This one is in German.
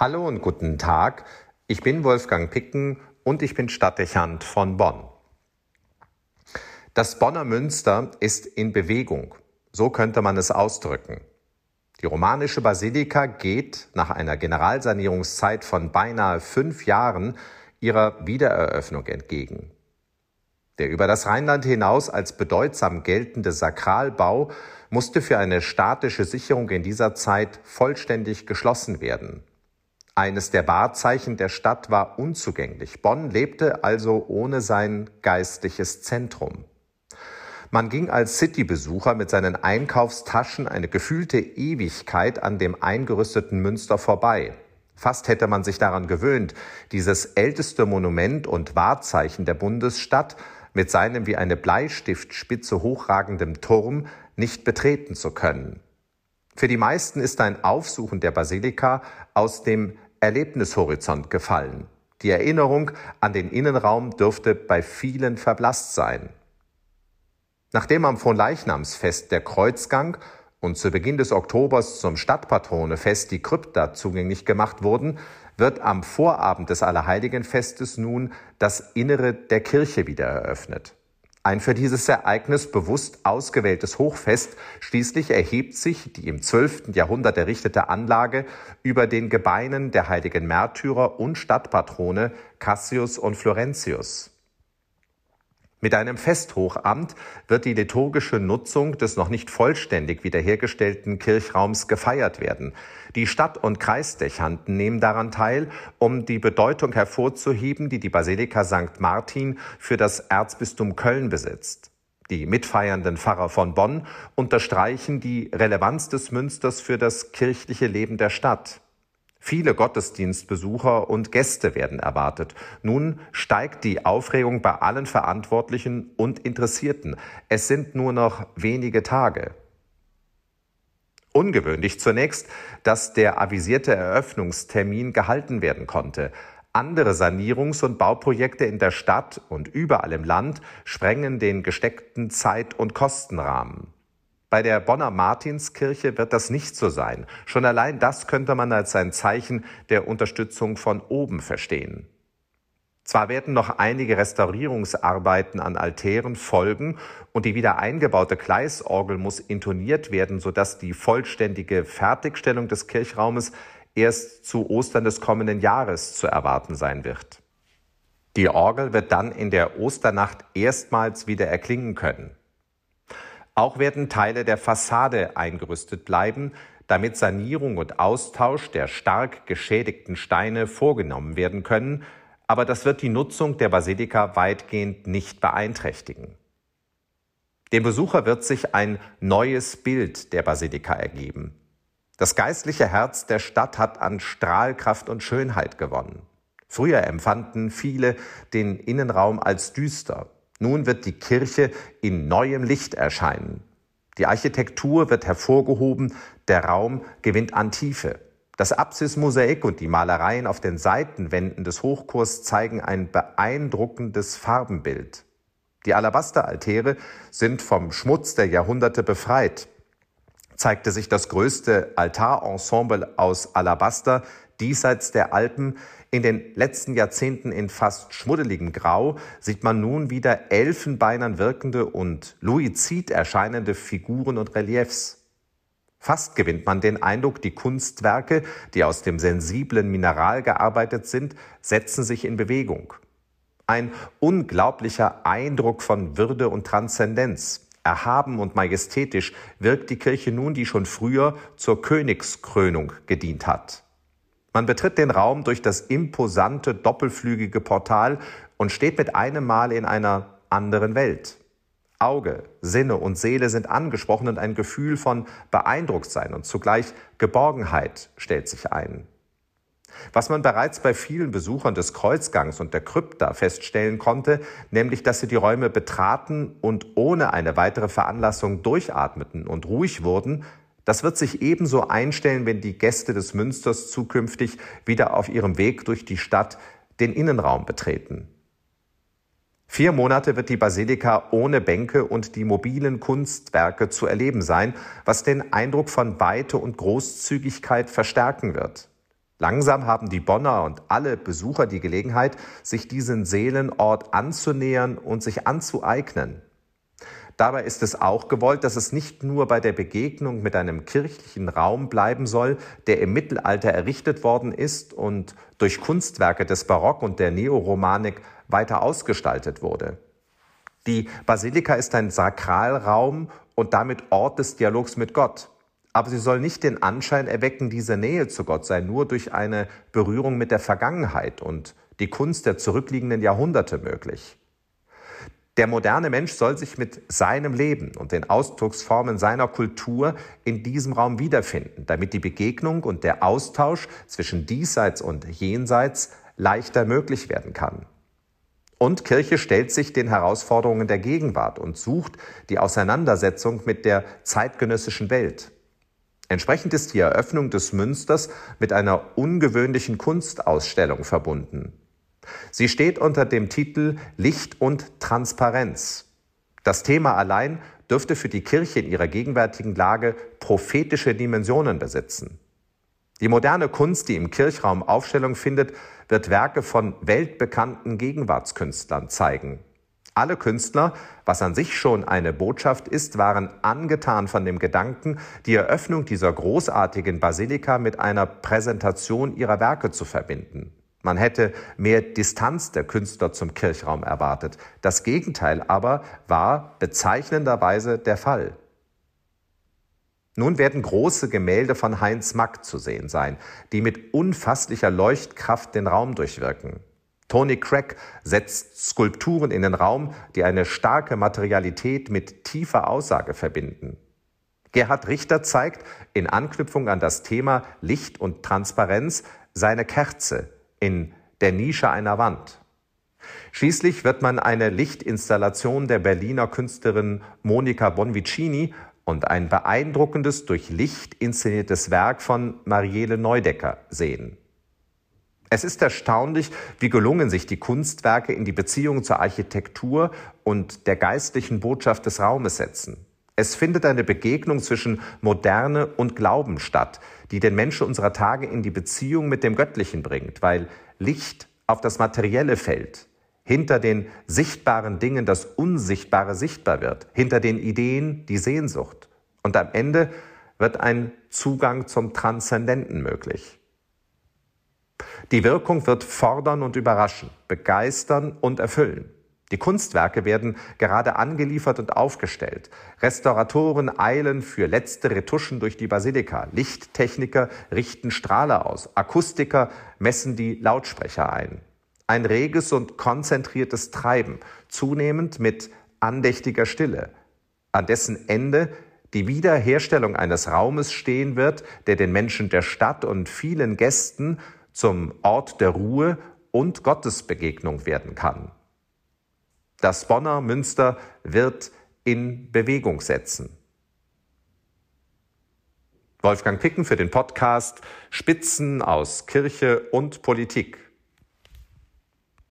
Hallo und guten Tag, ich bin Wolfgang Picken und ich bin Stadtdechant von Bonn. Das Bonner Münster ist in Bewegung, so könnte man es ausdrücken. Die romanische Basilika geht nach einer Generalsanierungszeit von beinahe 5 Jahren ihrer Wiedereröffnung entgegen. Der über das Rheinland hinaus als bedeutsam geltende Sakralbau musste für eine statische Sicherung in dieser Zeit vollständig geschlossen werden. Eines der Wahrzeichen der Stadt war unzugänglich. Bonn lebte also ohne sein geistliches Zentrum. Man ging als Citybesucher mit seinen Einkaufstaschen eine gefühlte Ewigkeit an dem eingerüsteten Münster vorbei. Fast hätte man sich daran gewöhnt, dieses älteste Monument und Wahrzeichen der Bundesstadt mit seinem wie eine Bleistiftspitze hochragenden Turm nicht betreten zu können. Für die meisten ist ein Aufsuchen der Basilika aus dem Erlebnishorizont gefallen. Die Erinnerung an den Innenraum dürfte bei vielen verblasst sein. Nachdem am Fronleichnamsfest der Kreuzgang und zu Beginn des Oktobers zum Stadtpatronefest die Krypta zugänglich gemacht wurden, wird am Vorabend des Allerheiligenfestes nun das Innere der Kirche wieder eröffnet. Ein für dieses Ereignis bewusst ausgewähltes Hochfest, schließlich erhebt sich die im 12. Jahrhundert errichtete Anlage über den Gebeinen der heiligen Märtyrer und Stadtpatrone Cassius und Florentius. Mit einem Festhochamt wird die liturgische Nutzung des noch nicht vollständig wiederhergestellten Kirchraums gefeiert werden. Die Stadt- und Kreisdechanten nehmen daran teil, um die Bedeutung hervorzuheben, die die Basilika St. Martin für das Erzbistum Köln besitzt. Die mitfeiernden Pfarrer von Bonn unterstreichen die Relevanz des Münsters für das kirchliche Leben der Stadt. Viele Gottesdienstbesucher und Gäste werden erwartet. Nun steigt die Aufregung bei allen Verantwortlichen und Interessierten. Es sind nur noch wenige Tage. Ungewöhnlich zunächst, dass der avisierte Eröffnungstermin gehalten werden konnte. Andere Sanierungs- und Bauprojekte in der Stadt und überall im Land sprengen den gesteckten Zeit- und Kostenrahmen. Bei der Bonner Martinskirche wird das nicht so sein. Schon allein das könnte man als ein Zeichen der Unterstützung von oben verstehen. Zwar werden noch einige Restaurierungsarbeiten an Altären folgen und die wieder eingebaute Gleisorgel muss intoniert werden, sodass die vollständige Fertigstellung des Kirchraumes erst zu Ostern des kommenden Jahres zu erwarten sein wird. Die Orgel wird dann in der Osternacht erstmals wieder erklingen können. Auch werden Teile der Fassade eingerüstet bleiben, damit Sanierung und Austausch der stark geschädigten Steine vorgenommen werden können, aber das wird die Nutzung der Basilika weitgehend nicht beeinträchtigen. Dem Besucher wird sich ein neues Bild der Basilika ergeben. Das geistliche Herz der Stadt hat an Strahlkraft und Schönheit gewonnen. Früher empfanden viele den Innenraum als düster. Nun wird die Kirche in neuem Licht erscheinen. Die Architektur wird hervorgehoben, der Raum gewinnt an Tiefe. Das Apsismosaik und die Malereien auf den Seitenwänden des Hochchors zeigen ein beeindruckendes Farbenbild. Die Alabasteraltäre sind vom Schmutz der Jahrhunderte befreit. Zeigte sich das größte Altarensemble aus Alabaster diesseits der Alpen in den letzten Jahrzehnten in fast schmuddeligem Grau, sieht man nun wieder elfenbeinern wirkende und luizid erscheinende Figuren und Reliefs. Fast gewinnt man den Eindruck, die Kunstwerke, die aus dem sensiblen Mineral gearbeitet sind, setzen sich in Bewegung. Ein unglaublicher Eindruck von Würde und Transzendenz. Erhaben und majestätisch wirkt die Kirche nun, die schon früher zur Königskrönung gedient hat. Man betritt den Raum durch das imposante, doppelflügige Portal und steht mit einem Mal in einer anderen Welt. Auge, Sinne und Seele sind angesprochen und ein Gefühl von Beeindrucktsein und zugleich Geborgenheit stellt sich ein. Was man bereits bei vielen Besuchern des Kreuzgangs und der Krypta feststellen konnte, nämlich, dass sie die Räume betraten und ohne eine weitere Veranlassung durchatmeten und ruhig wurden, das wird sich ebenso einstellen, wenn die Gäste des Münsters zukünftig wieder auf ihrem Weg durch die Stadt den Innenraum betreten. 4 Monate wird die Basilika ohne Bänke und die mobilen Kunstwerke zu erleben sein, was den Eindruck von Weite und Großzügigkeit verstärken wird. Langsam haben die Bonner und alle Besucher die Gelegenheit, sich diesen Seelenort anzunähern und sich anzueignen. Dabei ist es auch gewollt, dass es nicht nur bei der Begegnung mit einem kirchlichen Raum bleiben soll, der im Mittelalter errichtet worden ist und durch Kunstwerke des Barock und der Neoromanik weiter ausgestaltet wurde. Die Basilika ist ein Sakralraum und damit Ort des Dialogs mit Gott. Aber sie soll nicht den Anschein erwecken, diese Nähe zu Gott sei nur durch eine Berührung mit der Vergangenheit und die Kunst der zurückliegenden Jahrhunderte möglich. Der moderne Mensch soll sich mit seinem Leben und den Ausdrucksformen seiner Kultur in diesem Raum wiederfinden, damit die Begegnung und der Austausch zwischen Diesseits und Jenseits leichter möglich werden kann. Und Kirche stellt sich den Herausforderungen der Gegenwart und sucht die Auseinandersetzung mit der zeitgenössischen Welt. Entsprechend ist die Eröffnung des Münsters mit einer ungewöhnlichen Kunstausstellung verbunden. Sie steht unter dem Titel Licht und Transparenz. Das Thema allein dürfte für die Kirche in ihrer gegenwärtigen Lage prophetische Dimensionen besitzen. Die moderne Kunst, die im Kirchraum Aufstellung findet, wird Werke von weltbekannten Gegenwartskünstlern zeigen. Alle Künstler, was an sich schon eine Botschaft ist, waren angetan von dem Gedanken, die Eröffnung dieser großartigen Basilika mit einer Präsentation ihrer Werke zu verbinden. Man hätte mehr Distanz der Künstler zum Kirchraum erwartet. Das Gegenteil aber war bezeichnenderweise der Fall. Nun werden große Gemälde von Heinz Mack zu sehen sein, die mit unfasslicher Leuchtkraft den Raum durchwirken. Tony Craig setzt Skulpturen in den Raum, die eine starke Materialität mit tiefer Aussage verbinden. Gerhard Richter zeigt in Anknüpfung an das Thema Licht und Transparenz seine Kerze in der Nische einer Wand. Schließlich wird man eine Lichtinstallation der Berliner Künstlerin Monica Bonvicini und ein beeindruckendes durch Licht inszeniertes Werk von Marielle Neudecker sehen. Es ist erstaunlich, wie gelungen sich die Kunstwerke in die Beziehung zur Architektur und der geistlichen Botschaft des Raumes setzen. Es findet eine Begegnung zwischen Moderne und Glauben statt, die den Menschen unserer Tage in die Beziehung mit dem Göttlichen bringt, weil Licht auf das Materielle fällt, hinter den sichtbaren Dingen das Unsichtbare sichtbar wird, hinter den Ideen die Sehnsucht. Und am Ende wird ein Zugang zum Transzendenten möglich. Die Wirkung wird fordern und überraschen, begeistern und erfüllen. Die Kunstwerke werden gerade angeliefert und aufgestellt. Restauratoren eilen für letzte Retuschen durch die Basilika. Lichttechniker richten Strahler aus. Akustiker messen die Lautsprecher ein. Ein reges und konzentriertes Treiben, zunehmend mit andächtiger Stille, an dessen Ende die Wiederherstellung eines Raumes stehen wird, der den Menschen der Stadt und vielen Gästen zum Ort der Ruhe und Gottesbegegnung werden kann. Das Bonner Münster wird in Bewegung setzen. Wolfgang Picken für den Podcast Spitzen aus Kirche und Politik.